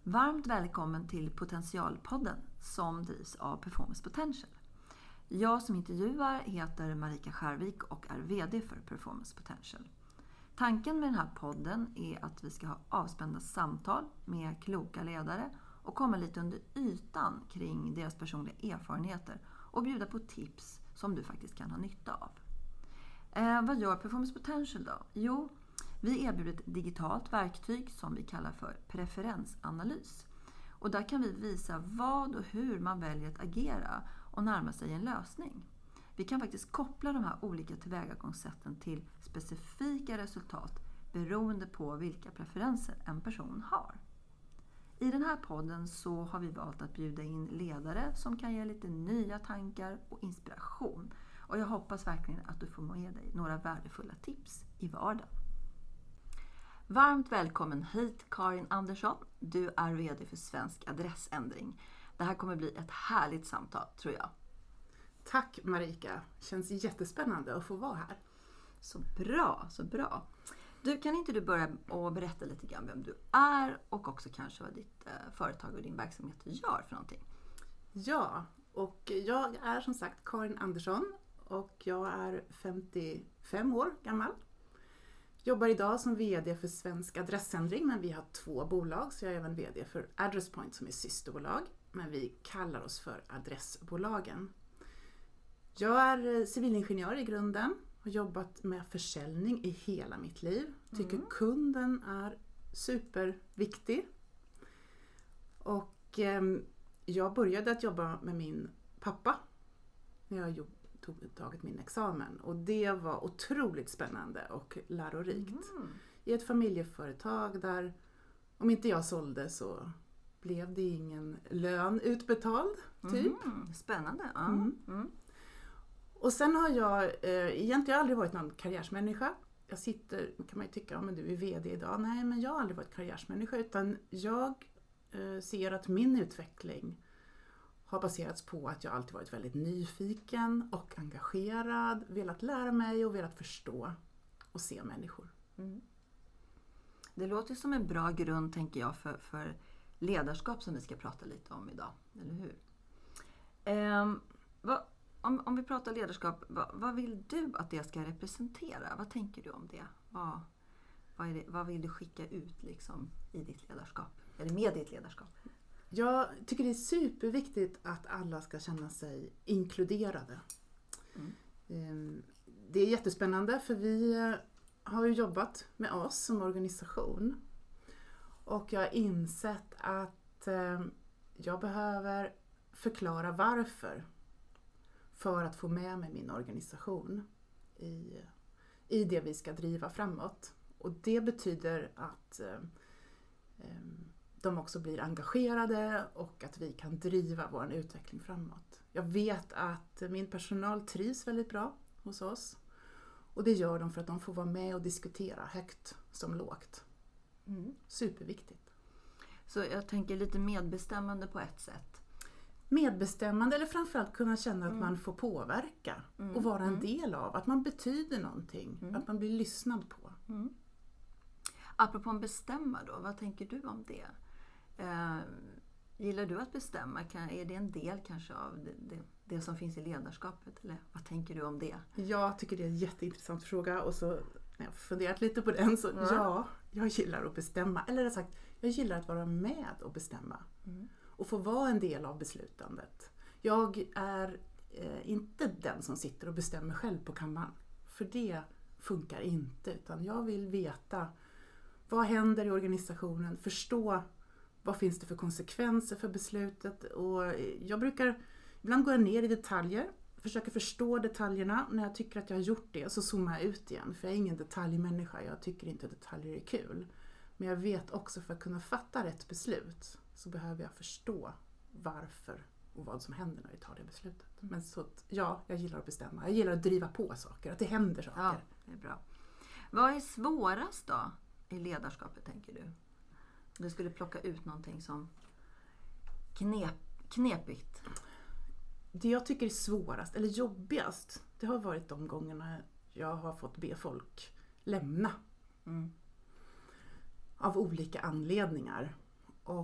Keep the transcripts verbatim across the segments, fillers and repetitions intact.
Varmt välkommen till Potentialpodden som drivs av Performance Potential. Jag som intervjuar heter Marika Skärvik och är vd för Performance Potential. Tanken med den här podden är att vi ska ha avspända samtal med kloka ledare och komma lite under ytan kring deras personliga erfarenheter och bjuda på tips som du faktiskt kan ha nytta av. Eh, vad gör Performance Potential då? Jo, vi erbjuder ett digitalt verktyg som vi kallar för preferensanalys. Och där kan vi visa vad och hur man väljer att agera och närma sig en lösning. Vi kan faktiskt koppla de här olika tillvägagångssätten till specifika resultat beroende på vilka preferenser en person har. I den här podden så har vi valt att bjuda in ledare som kan ge lite nya tankar och inspiration. Och jag hoppas verkligen att du får med dig några värdefulla tips i vardagen. Varmt välkommen hit Karin Andersson. Du är vd för Svensk Adressändring. Det här kommer bli ett härligt samtal, tror jag. Tack Marika. Känns jättespännande att få vara här. Så bra, så bra. Du, kan inte du börja och berätta lite grann vem du är och också kanske vad ditt eh, företag och din verksamhet gör för någonting? Ja, och jag är som sagt Karin Andersson och jag är femtiofem år gammal. Jobbar idag som vd för Svensk Adressändring, men vi har två bolag, så jag är även vd för Addresspoint som är systerbolag, men vi kallar oss för Adressbolagen. Jag är civilingenjör i grunden och har jobbat med försäljning i hela mitt liv. Tycker mm. kunden är superviktig. Och eh, jag började att jobba med min pappa när jag jobb, tog tagit min examen. Och det var otroligt spännande och lärorikt. Mm. I ett familjeföretag där om inte jag sålde så blev det ingen lön utbetald. Typ. Mm. Spännande. Ja. Mm. Mm. Och sen har jag eh, egentligen aldrig varit någon karriärsmänniska. Jag sitter, kan man ju tycka, ja, men du är vd idag. Nej, men jag har aldrig varit karriärsmänniska, utan jag eh, ser att min utveckling har baserats på att jag alltid varit väldigt nyfiken och engagerad, velat lära mig och velat förstå och se människor. Mm. Det låter som en bra grund, tänker jag, för, för ledarskap som vi ska prata lite om idag, eller hur? Eh, vad, om, om vi pratar ledarskap, vad, vad vill du att det ska representera? Vad tänker du om det? Vad, vad, är det, vad vill du skicka ut liksom, i ditt ledarskap? Eller med ditt ledarskap? Jag tycker det är superviktigt att alla ska känna sig inkluderade. Mm. Det är jättespännande, för vi har ju jobbat med oss som organisation. Och jag har insett att jag behöver förklara varför. För att få med mig min organisation i, i det vi ska driva framåt. Och det betyder att de också blir engagerade och att vi kan driva vår utveckling framåt. Jag vet att min personal trivs väldigt bra hos oss. Och det gör de för att de får vara med och diskutera högt som lågt. Mm. Superviktigt. Så jag tänker lite medbestämmande på ett sätt. Medbestämmande, eller framförallt kunna känna att mm. man får påverka mm. och vara en mm. del av. Att man betyder någonting. Mm. Att man blir lyssnad på. Mm. Apropå bestämma då, vad tänker du om det? Eh, gillar du att bestämma? Kan, är det en del kanske av det, det, det som finns i ledarskapet? Eller vad tänker du om det? Jag tycker det är en jätteintressant fråga, och så när jag funderat lite på den så ja, ja jag gillar att bestämma. Eller rätt sagt, jag gillar att vara med och bestämma. Mm. Och få vara en del av beslutandet. Jag är eh, inte den som sitter och bestämmer själv på kammaren. För det funkar inte, utan jag vill veta vad händer i organisationen, förstå vad finns det för konsekvenser för beslutet. Och jag brukar, ibland gå ner i detaljer, försöka förstå detaljerna. När jag tycker att jag har gjort det så zoomar jag ut igen, för jag är ingen detaljmänniska, jag tycker inte att detaljer är kul. Men jag vet också, för att kunna fatta rätt beslut så behöver jag förstå varför och vad som händer när vi tar det beslutet. Men så att, ja, jag gillar att bestämma. Jag gillar att driva på saker, att det händer saker. Ja, det är bra. Vad är svårast då i ledarskapet, tänker du? Du skulle plocka ut någonting som knep, knepigt. Det jag tycker är svårast, eller jobbigast, det har varit de gångerna jag har fått be folk lämna. Mm. Av olika anledningar. Och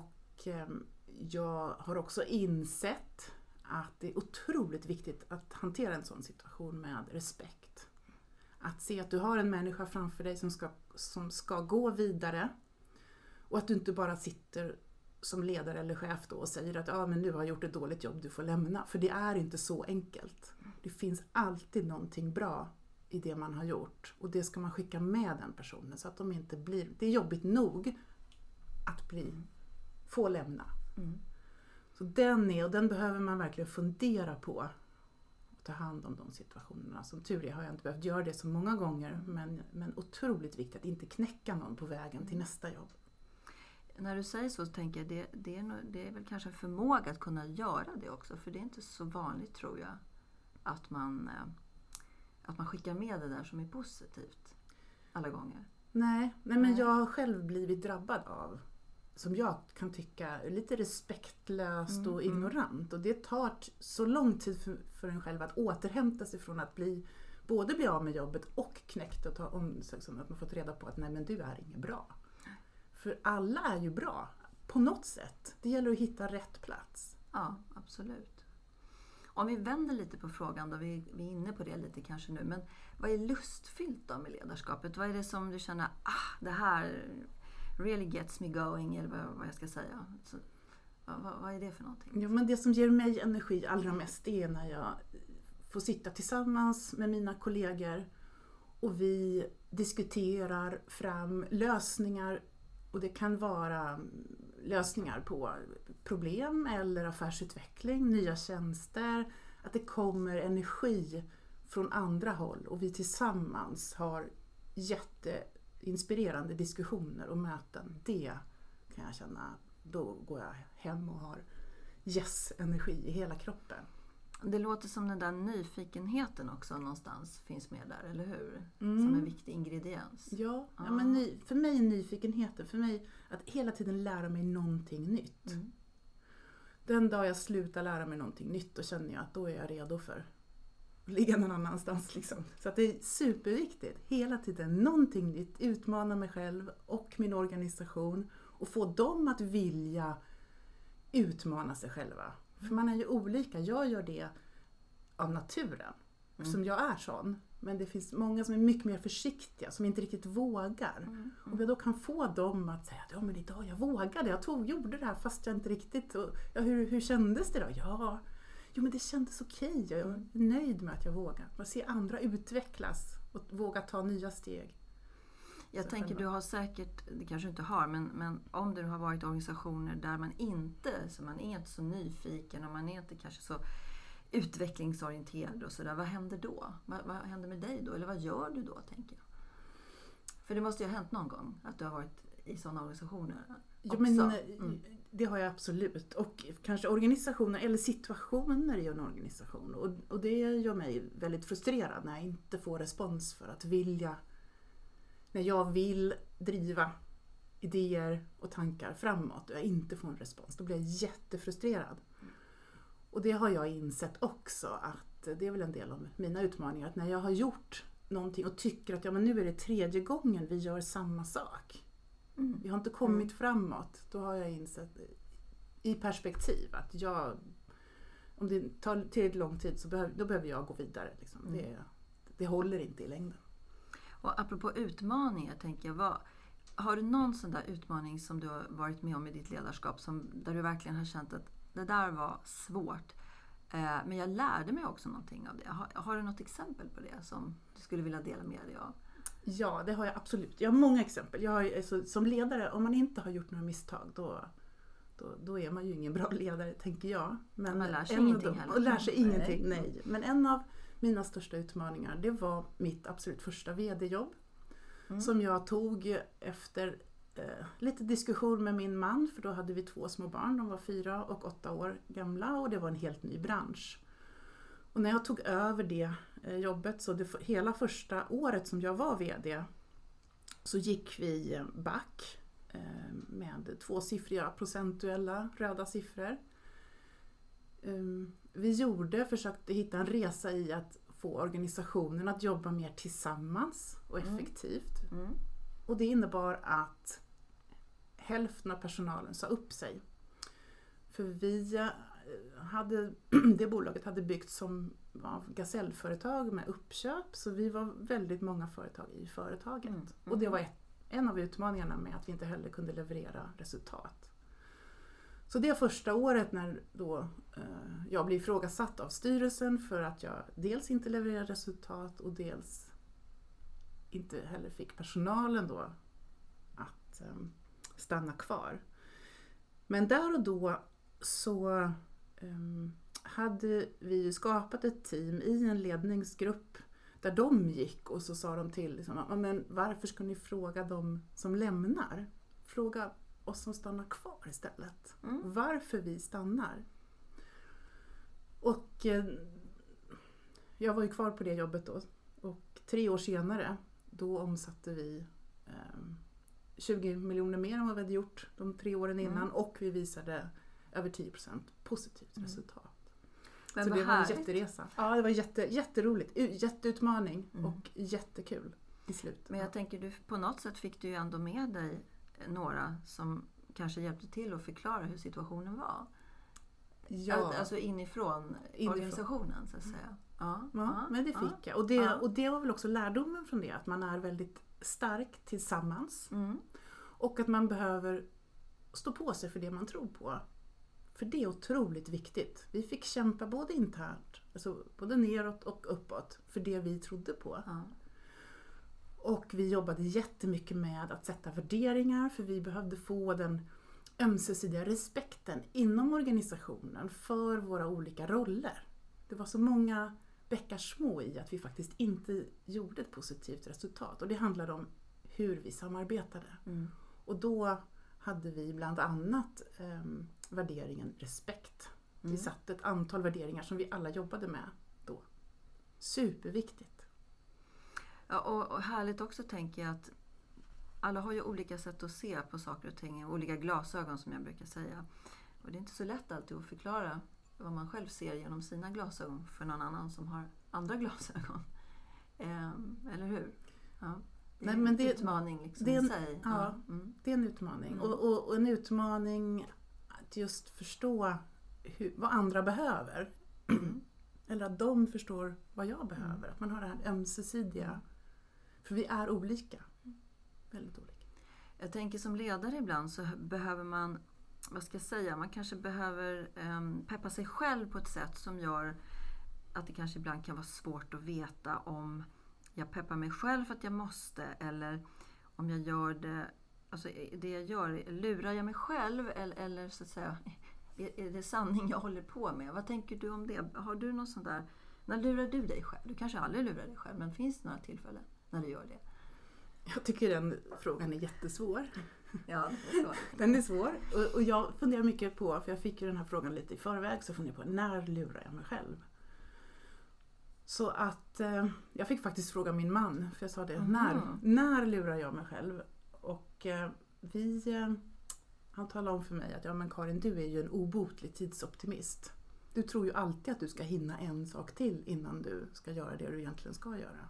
Och eh, jag har också insett att det är otroligt viktigt att hantera en sån situation med respekt. Att se att du har en människa framför dig som ska, som ska gå vidare. Och att du inte bara sitter som ledare eller chef då och säger att ah, men nu har jag gjort ett dåligt jobb, du får lämna. För det är inte så enkelt. Det finns alltid någonting bra i det man har gjort. Och det ska man skicka med den personen så att de inte blir... Det är jobbigt nog att bli, få lämna. Mm. Så den är, och den behöver man verkligen fundera på. Och ta hand om de situationerna. Som tur är har jag inte behövt göra det så många gånger. Men, men otroligt viktigt att inte knäcka någon på vägen till nästa jobb. När du säger så, så tänker jag det, det, är nog, det är väl kanske en förmåga att kunna göra det också. För det är inte så vanligt, tror jag, att man, att man skickar med det där som är positivt alla gånger. Nej, nej men jag har själv blivit drabbad av, som jag kan tycka, lite respektlöst mm, och ignorant. Mm. Och det tar så lång tid för, för en själv att återhämta sig från att bli, både bli av med jobbet och knäckt och ta om sig, som att man fått reda på att nej men du är inget bra. För alla är ju bra på något sätt. Det gäller att hitta rätt plats. Ja, absolut. Om vi vänder lite på frågan då, vi, vi är inne på det lite kanske nu. Men vad är lustfyllt då med ledarskapet? Vad är det som du känner, ah, det här really gets me going, eller vad, vad jag ska säga. Så, vad, vad är det för någonting? Ja, men det som ger mig energi allra mest är när jag får sitta tillsammans med mina kollegor och vi diskuterar fram lösningar. Och det kan vara lösningar på problem eller affärsutveckling, nya tjänster. Att det kommer energi från andra håll och vi tillsammans har jätteinspirerande diskussioner och möten. Det kan jag känna, då går jag hem och har yes-energi i hela kroppen. Det låter som den där nyfikenheten också någonstans finns med där, eller hur? Mm. Som en viktig ingrediens. Ja, ja men ny, för mig är nyfikenheten, för mig att hela tiden lära mig någonting nytt. Mm. Den dag jag slutar lära mig någonting nytt, då känner jag att då är jag redo för att ligga någon annanstans. Liksom. Så att det är superviktigt. Hela tiden någonting nytt, utmana mig själv och min organisation och få dem att vilja utmana sig själva. För man är ju olika. Jag gör det av naturen. Mm. Som jag är sån. Men det finns många som är mycket mer försiktiga. Som inte riktigt vågar. Mm. Mm. Och vi då kan få dem att säga. Ja men idag jag vågade. Jag tog, gjorde det här fast jag inte riktigt. Och, ja, hur, hur kändes det då? Ja, jo men det kändes okej. Jag är nöjd med att jag vågar. Man ser andra utvecklas. Och våga ta nya steg. Jag tänker själva. Du har säkert, det kanske inte har, men, men om du har varit i organisationer där man inte, så man är inte så nyfiken och man är inte kanske så utvecklingsorienterad och sådär, vad händer då? Vad, vad händer med dig då? Eller vad gör du då, tänker jag? För det måste ju ha hänt någon gång att du har varit i sådana organisationer också. Ja, men mm. Det har jag absolut. Och kanske organisationer eller situationer i en organisation. Och, och det gör mig väldigt frustrerad när jag inte får respons för att vilja. När jag vill driva idéer och tankar framåt och jag inte får en respons, då blir jag jättefrustrerad. Och det har jag insett också, att det är väl en del av mina utmaningar, att när jag har gjort någonting och tycker att ja, men nu är det tredje gången vi gör samma sak. Mm. Vi har inte kommit mm. framåt, då har jag insett i perspektiv att jag, om det tar tillräckligt lång tid så behöver, då behöver jag gå vidare. Liksom. Mm. Det, det håller inte i längden. Och apropå utmaningar, tänker jag, vad, har du någon sån där utmaning som du har varit med om i ditt ledarskap som, där du verkligen har känt att det där var svårt, eh, men jag lärde mig också någonting av det. Har, har du något exempel på det som du skulle vilja dela med dig av? Ja, det har jag absolut. Jag har många exempel. Jag har, alltså, som ledare, om man inte har gjort några misstag, då, då, då är man ju ingen bra ledare, tänker jag. Men man lär sig en ingenting av dem, heller. Och lär sig ingenting, nej. Men en av mina största utmaningar, det var mitt absolut första vd-jobb. Mm. Som jag tog efter eh, lite diskussion med min man. För då hade vi två små barn. De var fyra och åtta år gamla. Och det var en helt ny bransch. Och när jag tog över det eh, jobbet. Så det, hela första året som jag var vd. Så gick vi back. Eh, med tvåsiffriga procentuella röda siffror. Eh, vi gjorde, försökte hitta en resa i att få organisationen att jobba mer tillsammans och effektivt. Mm. Mm. Och det innebar att hälften av personalen sa upp sig. För vi hade, det bolaget hade byggt som var gasellföretag med uppköp, så vi var väldigt många företag i företaget. Mm. Mm. Och det var ett, en av utmaningarna med att vi inte heller kunde leverera resultat. Så det första året när då, eh, jag blev ifrågasatt av styrelsen för att jag dels inte levererade resultat och dels inte heller fick personalen då att eh, stanna kvar. Men där och då så um, hade vi skapat ett team i en ledningsgrupp där de gick och så sa de till liksom, men varför ska ni fråga dem som lämnar? Fråga oss som stannar kvar istället. Mm. Varför vi stannar. Och eh, jag var ju kvar på det jobbet då. Och tre år senare då omsatte vi eh, tjugo miljoner mer än vad vi hade gjort de tre åren innan. Mm. Och vi visade över tio procent positivt mm. resultat. Men så det var en jätteresa. Ja, det var jätte, jätteroligt. Jätteutmaning mm. och jättekul i slutet. Men jag tänker, du, på något sätt fick du ju ändå med dig några som kanske hjälpte till att förklara hur situationen var. Ja. Alltså inifrån, inifrån. organisationen så att säga. Ja, ja, ja men det fick ja. jag. Och det, ja. och det var väl också lärdomen från det. Att man är väldigt stark tillsammans. Mm. Och att man behöver stå på sig för det man tror på. För det är otroligt viktigt. Vi fick kämpa både internt, alltså både neråt och uppåt, för det vi trodde på. Ja. Och vi jobbade jättemycket med att sätta värderingar, för vi behövde få den ömsesidiga respekten inom organisationen för våra olika roller. Det var så många bäckar små i att vi faktiskt inte gjorde ett positivt resultat. Och det handlade om hur vi samarbetade. Mm. Och då hade vi bland annat eh, värderingen respekt. Mm. Vi satte ett antal värderingar som vi alla jobbade med då. Superviktigt. Ja, och, och härligt också tänker jag att alla har ju olika sätt att se på saker och ting. Olika glasögon som jag brukar säga. Och det är inte så lätt alltid att förklara vad man själv ser genom sina glasögon för någon annan som har andra glasögon. Eh, eller hur? Ja. Det är Nej, men det, en utmaning liksom det är en, i sig. Ja, ja. Mm. det är en utmaning. Mm. Och, och, och en utmaning att just förstå hur, vad andra behöver. Mm. Eller att de förstår vad jag behöver. Mm. Att man har det här ömsesidiga. För vi är olika. Väldigt olika. Jag tänker som ledare ibland så behöver man, vad ska jag säga, man kanske behöver um, peppa sig själv på ett sätt som gör att det kanske ibland kan vara svårt att veta om jag peppar mig själv för att jag måste eller om jag gör det, alltså det jag gör, lurar jag mig själv eller, eller så att säga, är, är det sanning jag håller på med? Vad tänker du om det? Har du något sånt där, när lurar du dig själv? Du kanske aldrig lurar dig själv, men finns det några tillfällen när du gör det? Jag tycker den frågan är jättesvår. Ja, det är svår. Den är svår. Och, och jag funderar mycket på, för jag fick ju den här frågan lite i förväg, så funderar jag på när lurar jag mig själv? Så att eh, jag fick faktiskt fråga min man, för jag sa det, mm. när, när lurar jag mig själv? Och eh, vi, eh, han talade om för mig att ja men Karin, du är ju en obotlig tidsoptimist. Du tror ju alltid att du ska hinna en sak till innan du ska göra det du egentligen ska göra.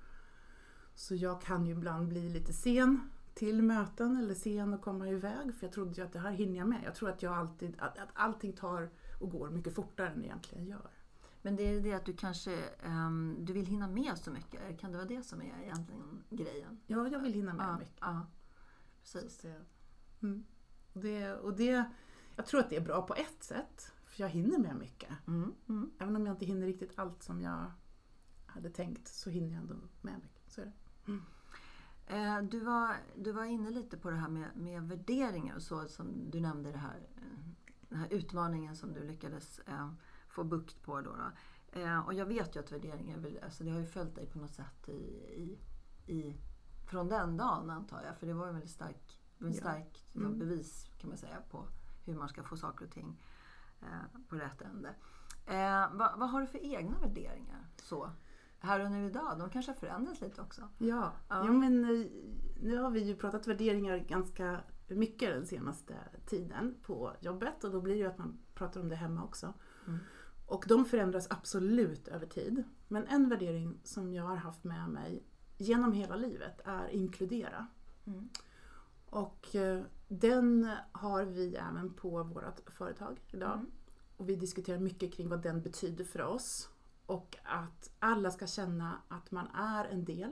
Så jag kan ju ibland bli lite sen till möten eller sen att komma iväg. För jag trodde ju att det här hinner jag med. Jag tror att, jag alltid, att, att allting tar och går mycket fortare än det egentligen gör. Men det är det att du kanske um, du vill hinna med så mycket. Kan det vara det som är egentligen grejen? Ja, jag vill hinna med ja, mycket. Ja, precis. Det, mm. och det, och det, jag tror att det är bra på ett sätt. För jag hinner med mycket. Mm. Mm. Även om jag inte hinner riktigt allt som jag hade tänkt så hinner jag ändå med mycket. Så är det. Mm. Eh, du, var, du var inne lite på det här med, med värderingar och så som du nämnde det här, den här utmaningen som du lyckades eh, få bukt på då. då. Eh, och jag vet ju att värderingar, alltså det har ju följt dig på något sätt i, i, i, från den dagen antar jag. För det var ju väldigt stark, en stark ja. Mm. bevis kan man säga på hur man ska få saker och ting eh, på rätt ände. Eh, vad, vad har du för egna värderingar så? Här och nu idag, de kanske har förändrats lite också. Ja, ja. ja men nu har vi ju pratat värderingar ganska mycket den senaste tiden på jobbet. Och då blir det ju att man pratar om det hemma också. Mm. Och de förändras absolut över tid. Men en värdering som jag har haft med mig genom hela livet är inkludera. Mm. Och eh, den har vi även på vårt företag idag. Mm. Och vi diskuterar mycket kring vad den betyder för oss. Och att alla ska känna att man är en del.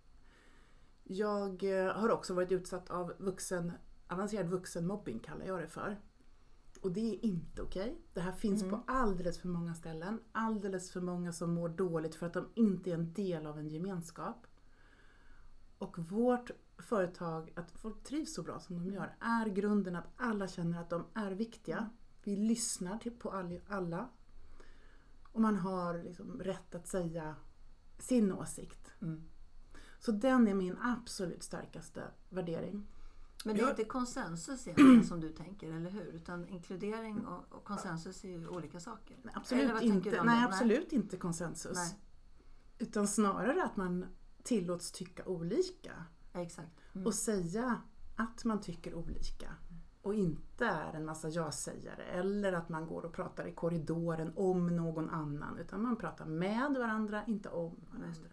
Jag eh, har också varit utsatt av vuxen, avancerad vuxenmobbing kallar jag det för. Och det är inte okej. Det här finns mm. på alldeles för många ställen. Alldeles för många som mår dåligt för att de inte är en del av en gemenskap. Och vårt företag, att folk trivs så bra som de gör, är grunden att alla känner att de är viktiga. Vi lyssnar till på alla. Och man har liksom rätt att säga sin åsikt. Mm. Så den är min absolut starkaste värdering. Men det är inte konsensus egentligen som du tänker, eller hur? Utan inkludering och, och konsensus är ju olika saker. Nej, absolut, inte, nej, absolut inte konsensus. Nej. Utan snarare att man tillåts tycka olika. Exakt. Mm. Och säga att man tycker olika. Och inte är en massa ja-sägare. Eller att man går och pratar i korridoren om någon annan. Utan man pratar med varandra, inte om varandra. Mm.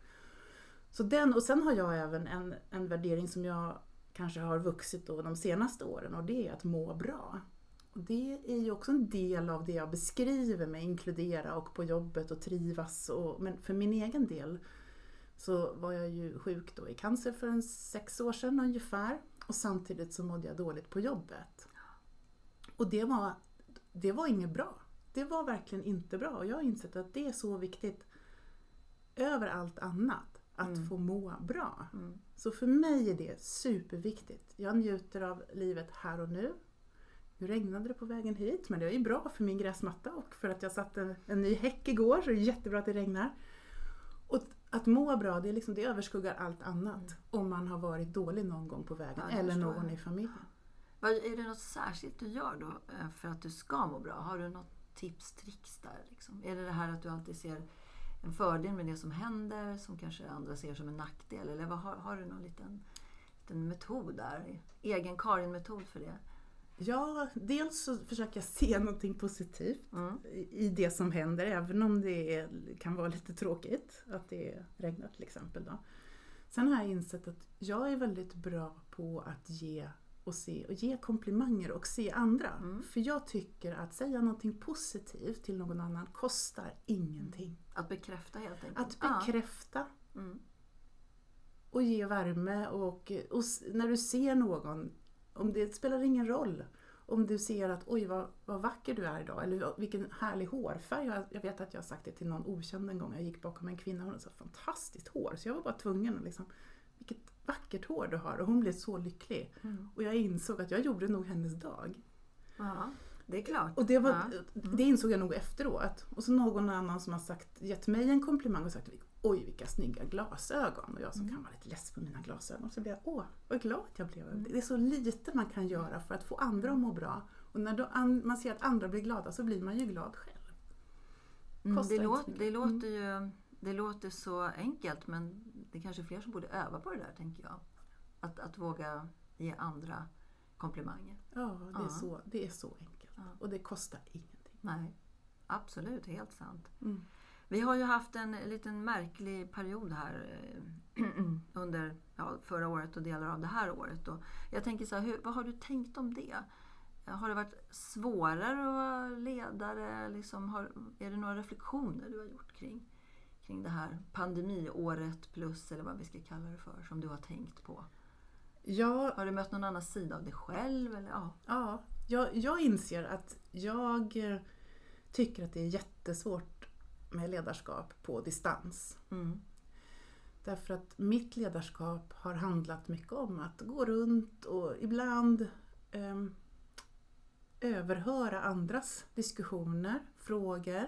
Så den, och sen har jag även en, en värdering som jag kanske har vuxit då de senaste åren. Och det är att må bra. Och det är ju också en del av det jag beskriver med inkludera och på jobbet och trivas. Och, men för min egen del så var jag ju sjuk då i cancer för en sex år sedan ungefär. Och samtidigt så mådde jag dåligt på jobbet. Och det var, det var inget bra. Det var verkligen inte bra. Och jag har insett att det är så viktigt över allt annat. Att mm. få må bra. Mm. Så för mig är det superviktigt. Jag njuter av livet här och nu. Nu regnade det på vägen hit. Men det är ju bra för min gräsmatta. Och för att jag satte en, en ny häck igår. Så är det jättebra att det regnar. Och att må bra, det, är liksom, det överskuggar allt annat. Mm. Om man har varit dålig någon gång på vägen. Ja, eller någon i familjen. Är det något särskilt du gör då för att du ska må bra? Har du något tips, tricks där? Liksom? Är det det här att du alltid ser en fördel med det som händer som kanske andra ser som en nackdel? Eller vad, har, har du någon liten, liten metod där? Egen Karin-metod för det? Ja, dels så försöker jag se någonting positivt mm. i det som händer. Även om det är, kan vara lite tråkigt att det är regnat till exempel. Då. Sen har jag insett att jag är väldigt bra på att ge och se och ge komplimanger och se andra. Mm. För jag tycker att säga någonting positivt till någon annan kostar ingenting. Att bekräfta helt enkelt. Att bekräfta. Ah. Mm. Och ge värme. Och, och när du ser någon, om det spelar ingen roll. Om du ser att oj vad, vad vacker du är idag. Eller vilken härlig hårfärg. Jag, jag vet att jag har sagt det till någon okänd en gång. Jag gick bakom en kvinna och hon hade så fantastiskt hår. Så jag var bara tvungen att liksom, vilket vackert hår du har. Och hon blev så lycklig. Mm. Och jag insåg att jag gjorde nog hennes dag. Ja, det är klart. Och det, var, ja. mm. det insåg jag nog efteråt. Och så någon annan som har sagt, gett mig en komplimang och sagt oj vilka snygga glasögon. Och jag som mm. kan vara lite less på mina glasögon. Så blev jag, åh vad glad jag blev. Mm. Det är så lite man kan göra för att få andra att må bra. Och när då an, man ser att andra blir glada så blir man ju glad själv. Mm, det, låt, det, låter ju, det låter så enkelt men det är kanske fler som borde öva på det där tänker jag. Att, att våga ge andra komplimanger. Ja, det, ja. Är, så, det är så enkelt. Ja. Och det kostar ingenting. Nej, absolut, helt sant. Mm. Vi har ju haft en liten märklig period här under ja, förra året och delar av det här året. Och jag tänker så här, hur, vad har du tänkt om det? Har det varit svårare att vara ledare? Liksom, har, är det några reflektioner du har gjort kring, kring det här pandemiåret plus eller vad vi ska kalla det för som du har tänkt på? Ja, har du mött någon annan sida av dig själv? Eller? Ja, ja jag, jag inser att jag tycker att det är jättesvårt med ledarskap på distans. Mm. Därför att mitt ledarskap har handlat mycket om att gå runt och ibland eh, överhöra andras diskussioner, frågor.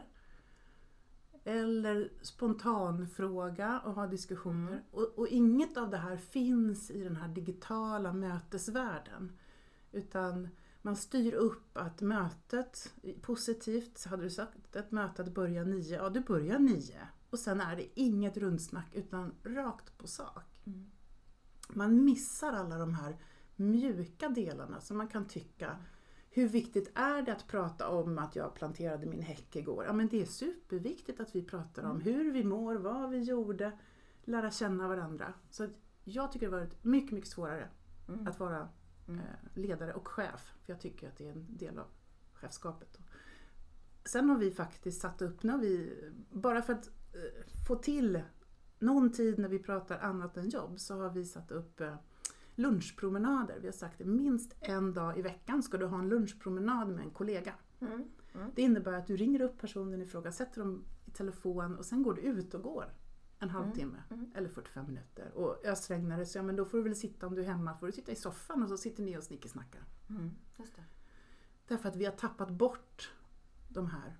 Eller spontanfråga och ha diskussioner. Mm. Och, och inget av det här finns i den här digitala mötesvärlden. Utan man styr upp att mötet, positivt hade du sagt, ett möte att börja nio. Ja, du börjar nio. Och sen är det inget rundsnack utan rakt på sak. Mm. Man missar alla de här mjuka delarna som man kan tycka. Hur viktigt är det att prata om att jag planterade min häck igår? Ja, men det är superviktigt att vi pratar om hur vi mår, vad vi gjorde, lära känna varandra. Så jag tycker det har varit mycket, mycket svårare Mm. Att vara mm. eh, ledare och chef. För jag tycker att det är en del av chefskapet. Sen har vi faktiskt satt upp, när vi, bara för att eh, få till någon tid när vi pratar annat än jobb, så har vi satt upp eh, lunchpromenader. Vi har sagt att minst en dag i veckan ska du ha en lunchpromenad med en kollega. Mm. Mm. Det innebär att du ringer upp personen i fråga, sätter dem i telefon och sen går du ut och går en halvtimme mm. Mm. eller fyrtiofem minuter. Och ösregnar det så ja, men då får du väl sitta, om du är hemma, får du sitta i soffan och så sitter ni och snickesnackar. Mm. Just det. Därför att vi har tappat bort de här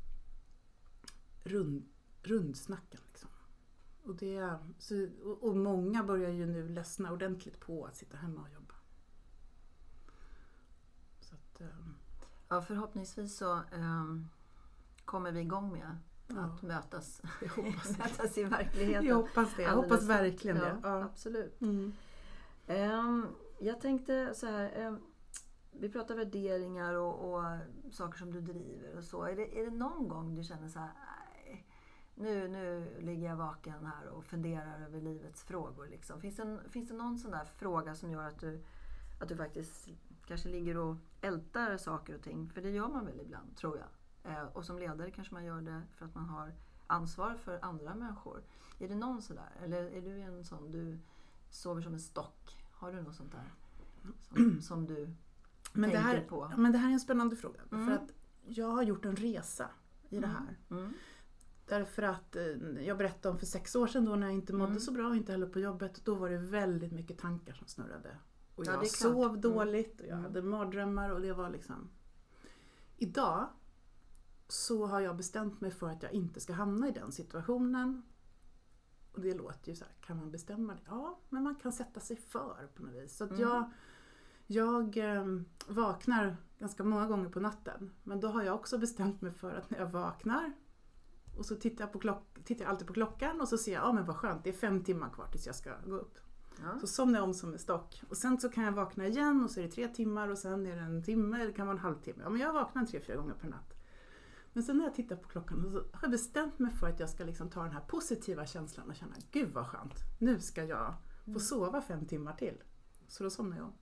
rund, rundsnacken. Liksom. Och, det, så, och, och många börjar ju nu ledsna ordentligt på att sitta hemma och jobba. Så att, um, ja, förhoppningsvis så um, kommer vi igång med ja, att mötas, jag hoppas mötas i verkligheten. Jag hoppas det. Jag hoppas verkligen ja, det. Ja. Absolut. Mm. Um, jag tänkte så här... Um, vi pratar värderingar och, och saker som du driver och så. Är det, är det någon gång du känner så här, nej, nu, nu ligger jag vaken här och funderar över livets frågor liksom. Finns det, finns det någon sån där fråga som gör att du, att du faktiskt kanske ligger och ältar saker och ting? För det gör man väl ibland, tror jag. Eh, och som ledare kanske man gör det för att man har ansvar för andra människor. Är det någon sådär? Eller är du en sån, du sover som en stock? Har du något sånt där som, som du... Men det, här, på. men det här är en spännande fråga. Mm. För att jag har gjort en resa i mm. det här. Mm. Därför att eh, jag berättade om för sex år sedan då när jag inte mådde mm. så bra och inte heller på jobbet. Då var det väldigt mycket tankar som snurrade. Och ja, jag sov dåligt och jag mm. hade mardrömmar och det var liksom... Idag så har jag bestämt mig för att jag inte ska hamna i den situationen. Och det låter ju så här, kan man bestämma det? Ja, men man kan sätta sig för på något vis. Så att mm. jag... Jag eh, vaknar ganska många gånger på natten. Men då har jag också bestämt mig för att när jag vaknar och så tittar jag, på klock, tittar jag alltid på klockan och så ser jag, ja ah, men vad skönt, det är fem timmar kvar tills jag ska gå upp. Ja. Så somnar jag om som en stock. Och sen så kan jag vakna igen och så är det tre timmar och sen är det en timme eller det kan vara en halvtimme. Ja men jag vaknar tre, fyra gånger per natt. Men sen när jag tittar på klockan så har jag bestämt mig för att jag ska liksom ta den här positiva känslan och känna, gud vad skönt, nu ska jag få sova fem timmar till. Så då somnar jag om.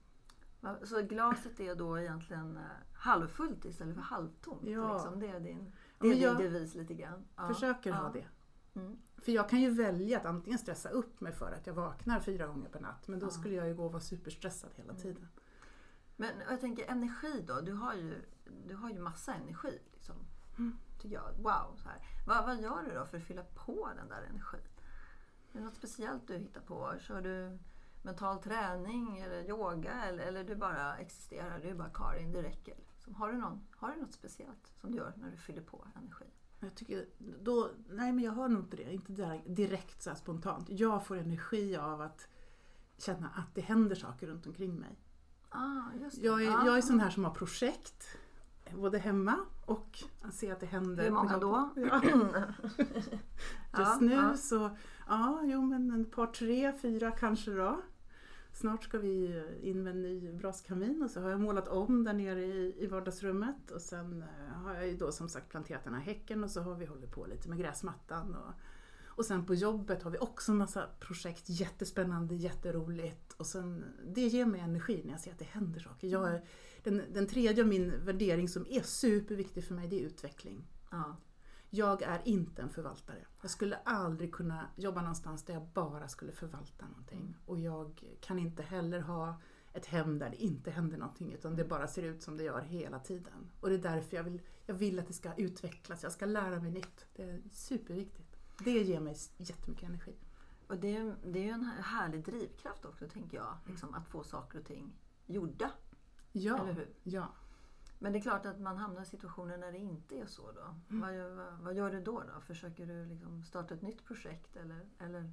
Så glaset är då egentligen halvfullt istället för halvtomt? Ja. Liksom. Det är din, det är din devis lite grann. Ja. Försöker ja. ha det. Mm. För jag kan ju välja att antingen stressa upp mig för att jag vaknar fyra gånger per natt. Men då ja. skulle jag ju gå och vara superstressad hela tiden. Mm. Men jag tänker energi då. Du har ju, du har ju massa energi. Liksom. Mm. Tycker jag. Wow. Så här. Vad, vad gör du då för att fylla på den där energin? Är det något speciellt du hittar på? Kör du mental träning eller yoga eller, eller du bara existerar, du är bara Karin, det räcker. Så har, du någon, har du något speciellt som du gör när du fyller på energi? Jag tycker, då, nej men jag har nog inte det, inte direkt så här spontant. Jag får energi av att känna att det händer saker runt omkring mig. Ah, just det. Jag är, ah. jag är sån här som har projekt, både hemma och att se att det händer. Hur många då? Ja. Just ja, nu ja. så, ja, jo men ett par, tre, fyra kanske då. Snart ska vi in med en ny braskamin och så har jag målat om där nere i, i vardagsrummet. Och sen har jag ju då som sagt planterat den här häcken och så har vi hållit på lite med gräsmattan. Och, och sen på jobbet har vi också en massa projekt, jättespännande, jätteroligt. Och sen, det ger mig energi när jag ser att det händer saker. Jag är, den, den tredje av min värdering som är superviktig för mig, det är utveckling. Ja. Jag är inte en förvaltare. Jag skulle aldrig kunna jobba någonstans där jag bara skulle förvalta någonting. Mm. Och jag kan inte heller ha ett hem där det inte händer någonting utan det bara ser ut som det gör hela tiden. Och det är därför jag vill, jag vill att det ska utvecklas. Jag ska lära mig nytt. Det är superviktigt. Det ger mig jättemycket energi. Och det är, det är ju en härlig drivkraft också, tänker jag. Liksom, att få saker och ting gjorda. Ja, eller hur? Ja. Men det är klart att man hamnar i situationer när det inte är så då. Mm. Vad, gör, vad, vad gör du då då? Försöker du liksom starta ett nytt projekt eller, eller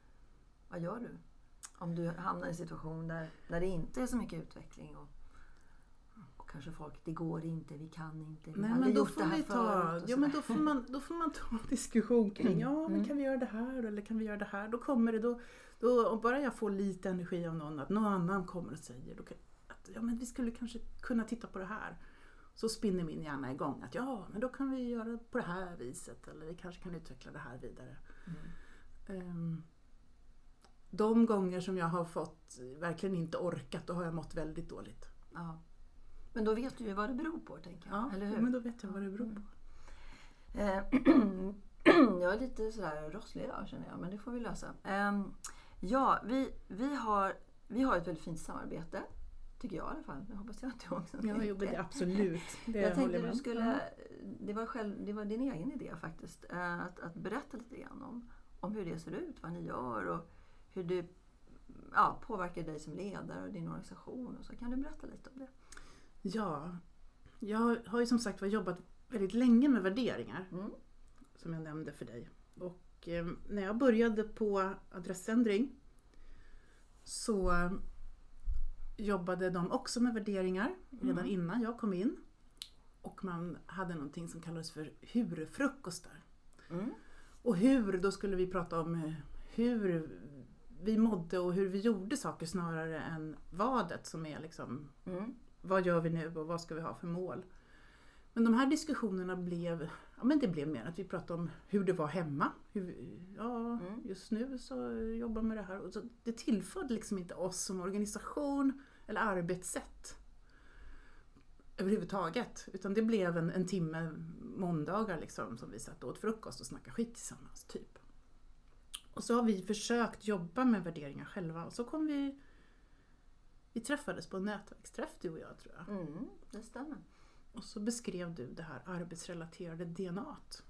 vad gör du? Om du hamnar i en situation där, där det inte är så mycket utveckling och, och kanske folk, det går inte, vi kan inte, vi Nej, har men då gjort får det här vi ta, ja, men då får man då får man ta en diskussion kring, ja men Mm. kan vi göra det här eller kan vi göra det här? Då kommer det, då, då om bara jag får lite energi av någon, att någon annan kommer och säger, då kan, att, ja men vi skulle kanske kunna titta på det här. Så spinner min hjärna igång att ja, men då kan vi göra på det här viset eller vi kanske kan utveckla det här vidare. Mm. Um, de gånger som jag har fått verkligen inte orkat, då har jag mått väldigt dåligt. Ja. Men då vet du ju vad det beror på, tänker jag. Ja, eller hur? men då vet jag vad det beror på. Mm. Jag är lite sådär rosslig idag, känner jag, men det får vi lösa. Um, ja, vi, vi, har, vi har ett väldigt fint samarbete, tycker jag i alla fall. Jag hoppas jag att du också Ja, jo, det absolut. Det jag tänkte med. du skulle, det var, själv, det var din egen idé faktiskt, att, att berätta lite grann om, om hur det ser ut, vad ni gör och hur det ja, påverkar dig som ledare och din organisation. Och så kan du berätta lite om det? Ja, jag har ju som sagt var jobbat väldigt länge med värderingar, mm. som jag nämnde för dig. Och eh, när jag började på Adressändring så eh, jobbade de också med värderingar redan mm. innan jag kom in. Och man hade någonting som kallades för hur-frukostar. Mm. Och hur, då skulle vi prata om hur vi mådde och hur vi gjorde saker snarare än vadet som är liksom, mm. vad gör vi nu och vad ska vi ha för mål. Men de här diskussionerna blev, ja men det blev mer att vi pratade om hur det var hemma. Hur, ja, mm. just nu så jobbar med det här. Och så det tillförde liksom inte oss som organisation eller arbetssätt överhuvudtaget. Utan det blev en, en timme måndagar liksom, som vi satt åt frukost och snackade skit tillsammans typ. Och så har vi försökt jobba med värderingar själva. Och så kom vi, vi träffades på en nätverksträff du och jag tror jag. Mm, det stämmer. Och så beskrev du det här arbetsrelaterade D N A-t.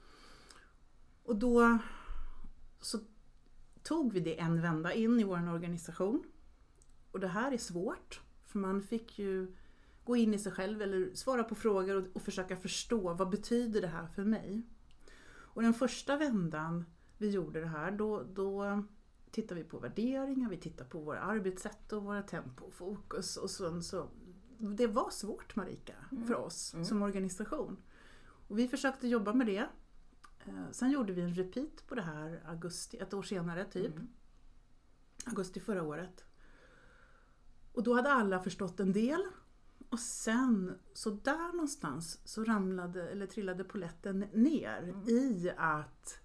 Och då så tog vi det en vända in i vår organisation. Och det här är svårt. För man fick ju gå in i sig själv eller svara på frågor och, och försöka förstå vad betyder det här för mig. Och den första vändan vi gjorde det här, då, då tittar vi på värderingar, vi tittar på våra arbetssätt och våra tempo och fokus. Och så, så, det var svårt, Marika, mm. för oss mm. som organisation. Och vi försökte jobba med det. Sen gjorde vi en repeat på det här augusti, ett år senare typ. Mm. Augusti förra året. Och då hade alla förstått en del. Och sen, så där någonstans, så ramlade eller trillade poletten ner mm. i att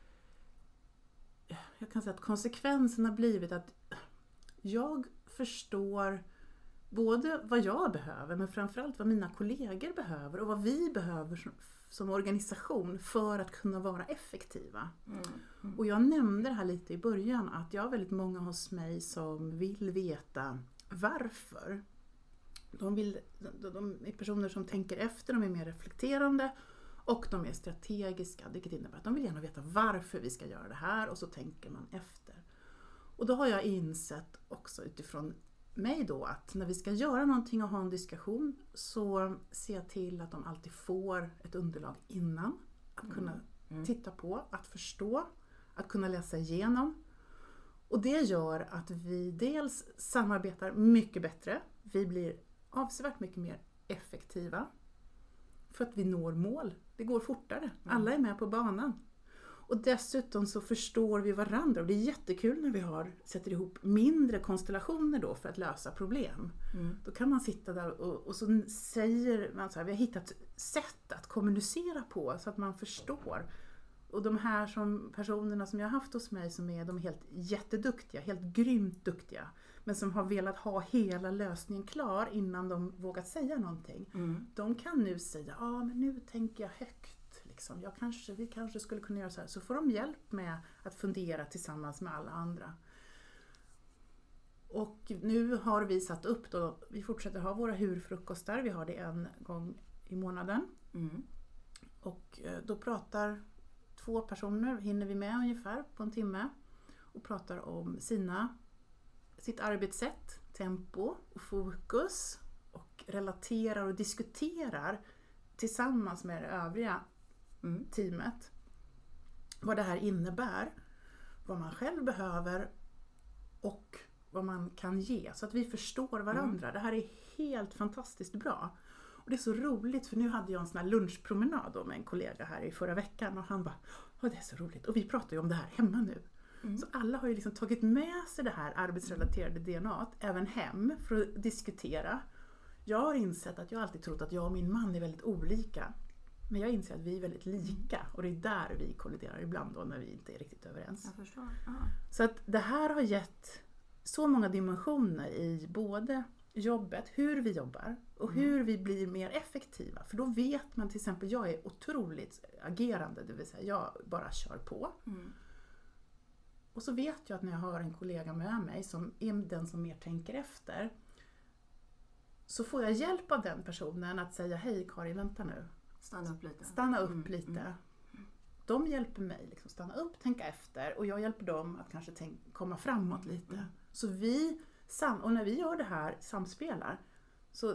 jag kan säga att konsekvensen har blivit att jag förstår både vad jag behöver men framförallt vad mina kollegor behöver och vad vi behöver som, som organisation för att kunna vara effektiva. Mm. Mm. Och jag nämnde det här lite i början att jag har väldigt många hos mig som vill veta varför. De, vill, de, de är personer som tänker efter, de är mer reflekterande och de är strategiska, vilket innebär att de vill gärna veta varför vi ska göra det här och så tänker man efter. Och då har jag insett också utifrån mig då att när vi ska göra någonting och ha en diskussion så ser jag till att de alltid får ett underlag innan att kunna mm. Mm. titta på, att förstå, att kunna läsa igenom. Och det gör att vi dels samarbetar mycket bättre, vi blir avsevärt mycket mer effektiva för att vi når mål. Det går fortare. Mm. Alla är med på banan. Och dessutom så förstår vi varandra. Och det är jättekul när vi har, sätter ihop mindre konstellationer då för att lösa problem. Mm. Då kan man sitta där och, och så säger man så här, vi har hittat sätt att kommunicera på så att man förstår. Och de här som personerna som jag har haft hos mig som är, de är helt jätteduktiga, helt grymt duktiga. Men som har velat ha hela lösningen klar innan de vågat säga någonting. Mm. De kan nu säga, ja ah, men nu tänker jag högt. Liksom. Jag kanske, vi kanske skulle kunna göra så här. Så får de hjälp med att fundera tillsammans med alla andra. Och nu har vi satt upp då, vi fortsätter ha våra hur-frukostar. Vi har det en gång i månaden. Mm. Och då pratar två personer, hinner vi med ungefär på en timme. Och pratar om sina sitt arbetssätt, tempo och fokus och relaterar och diskuterar tillsammans med det övriga mm. teamet vad det här innebär, vad man själv behöver och vad man kan ge så att vi förstår varandra. Mm. Det här är helt fantastiskt bra. Och det är så roligt för nu hade jag en sån här lunchpromenad med en kollega här i förra veckan och han bara, åh det är så roligt och vi pratar ju om det här hemma nu. Mm. Så alla har ju liksom tagit med sig det här arbetsrelaterade D N A-t även hem för att diskutera. Jag har insett att jag alltid trott att jag och min man är väldigt olika. Men jag inser att vi är väldigt lika och det är där vi kolliderar ibland då när vi inte är riktigt överens. Jag förstår. Så att det här har gett så många dimensioner i både jobbet, hur vi jobbar och hur mm. vi blir mer effektiva. För då vet man till exempel, jag är otroligt agerande, det vill säga jag bara kör på. Mm. Och så vet jag att när jag har en kollega med mig som är den som mer tänker efter, så får jag hjälp av den personen att säga, hej Karin, vänta nu. Stanna upp lite. Stanna upp mm. lite. Mm. De hjälper mig liksom stanna upp, tänka efter och jag hjälper dem att kanske tänk, komma framåt lite. Mm. Så vi, och när vi gör det här, samspelar, så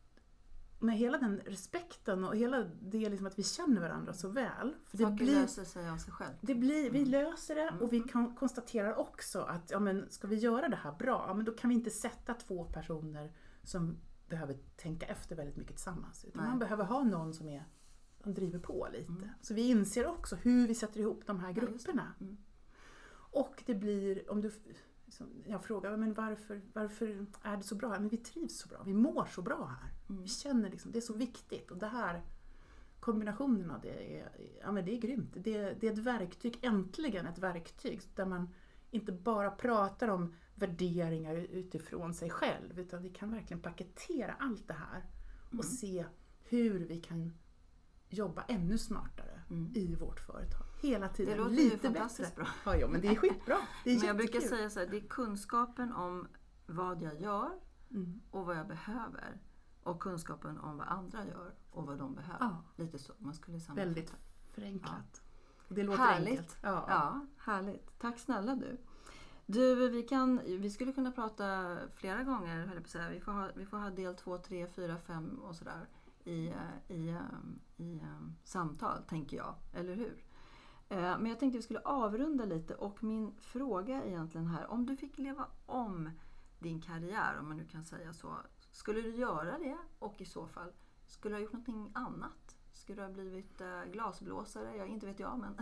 med hela den respekten och hela det liksom att vi känner varandra så väl. För det blir, löser sig av sig själv. Det blir, vi löser det och vi kan, konstaterar också att ja, men ska vi göra det här bra, ja, men då kan vi inte sätta två personer som behöver tänka efter väldigt mycket tillsammans. Utan man behöver ha någon som är som driver på lite. Mm. Så vi inser också hur vi sätter ihop de här grupperna. Ja, mm. Och det blir, om du liksom, jag frågar, men varför, varför är det så bra här? Men vi trivs så bra, vi mår så bra här. Mm. Vi känner liksom, det är så viktigt. Och det här, kombinationen av det är, ja, men det är grymt. Det, det är ett verktyg, äntligen ett verktyg där man inte bara pratar om värderingar utifrån sig själv, utan vi kan verkligen paketera allt det här och mm. se hur vi kan jobba ännu smartare mm. i vårt företag. Hela tiden det låter lite ju fantastiskt bättre. Bra. Ja, ja, men det är skitbra. Det är men jag brukar säga så här, det är kunskapen om vad jag gör mm. och vad jag behöver. Och kunskapen om vad andra gör och vad de behöver. Ja. Lite så, man skulle sammanfatta. Väldigt förenklat. Ja. Det låter härligt. Enkelt. Ja. ja, härligt. Tack snälla du. Du, vi, kan, vi skulle kunna prata flera gånger, höll jag på att säga. Vi får ha, vi får ha del två, tre, fyra, fem och sådär i, i, i, i samtal, tänker jag. Eller hur? Men jag tänkte vi skulle avrunda lite och min fråga egentligen här, om du fick leva om din karriär, om man nu kan säga så, skulle du göra det? Och i så fall, skulle du ha gjort någonting annat? Skulle du ha blivit glasblåsare? Jag inte vet jag, men...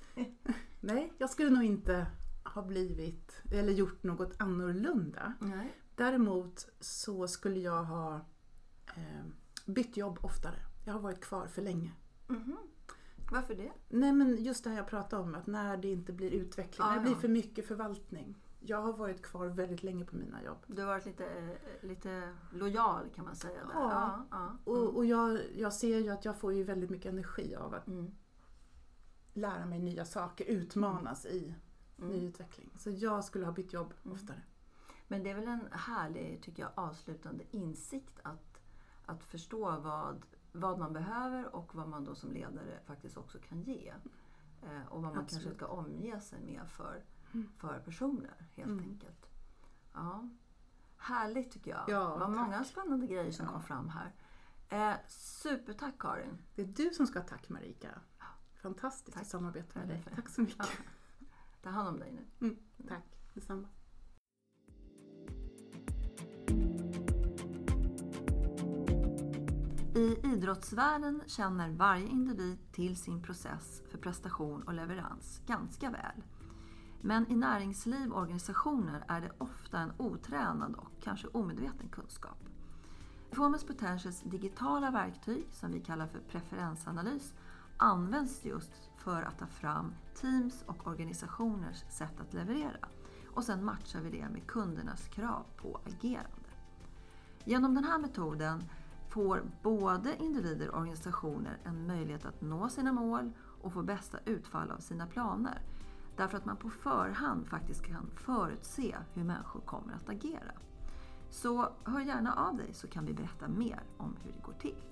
Nej, jag skulle nog inte ha blivit eller gjort något annorlunda. Nej. Däremot så skulle jag ha eh, bytt jobb oftare. Jag har varit kvar för länge. Mm-hmm. Varför det? Nej, men just det här jag pratade om, att när det inte blir utveckling, ah, när det ja. blir för mycket förvaltning. Jag har varit kvar väldigt länge på mina jobb. Du har varit lite, lite lojal kan man säga. Där. Ja, ja, ja. Mm. och, och jag, jag ser ju att jag får ju väldigt mycket energi av att mm. lära mig nya saker, utmanas mm. i mm. ny utveckling. Så jag skulle ha bytt jobb mm. oftare. Men det är väl en härlig, tycker jag, avslutande insikt att, att förstå vad, vad man behöver och vad man då som ledare faktiskt också kan ge. Eh, och vad man Absolut. kanske ska omge sig med för, mm. för personer, helt mm. enkelt. Ja. Härligt tycker jag. Ja, det var tack. många spännande grejer som ja. kom fram här. Eh, supertack Karin. Det är du som ska ha tack Marika. Fantastiskt tack. Att samarbeta med dig. Tack så mycket. Ja. Ta hand om dig nu. Mm. Tack, detsamma. I idrottsvärlden känner varje individ till sin process för prestation och leverans ganska väl. Men i näringsliv och organisationer är det ofta en otränad och kanske omedveten kunskap. Performance Potentials digitala verktyg, som vi kallar för preferensanalys, används just för att ta fram teams och organisationers sätt att leverera. Och sen matchar vi det med kundernas krav på agerande. Genom den här metoden får både individer och organisationer en möjlighet att nå sina mål och få bästa utfall av sina planer. Därför att man på förhand faktiskt kan förutse hur människor kommer att agera. Så hör gärna av dig så kan vi berätta mer om hur det går till.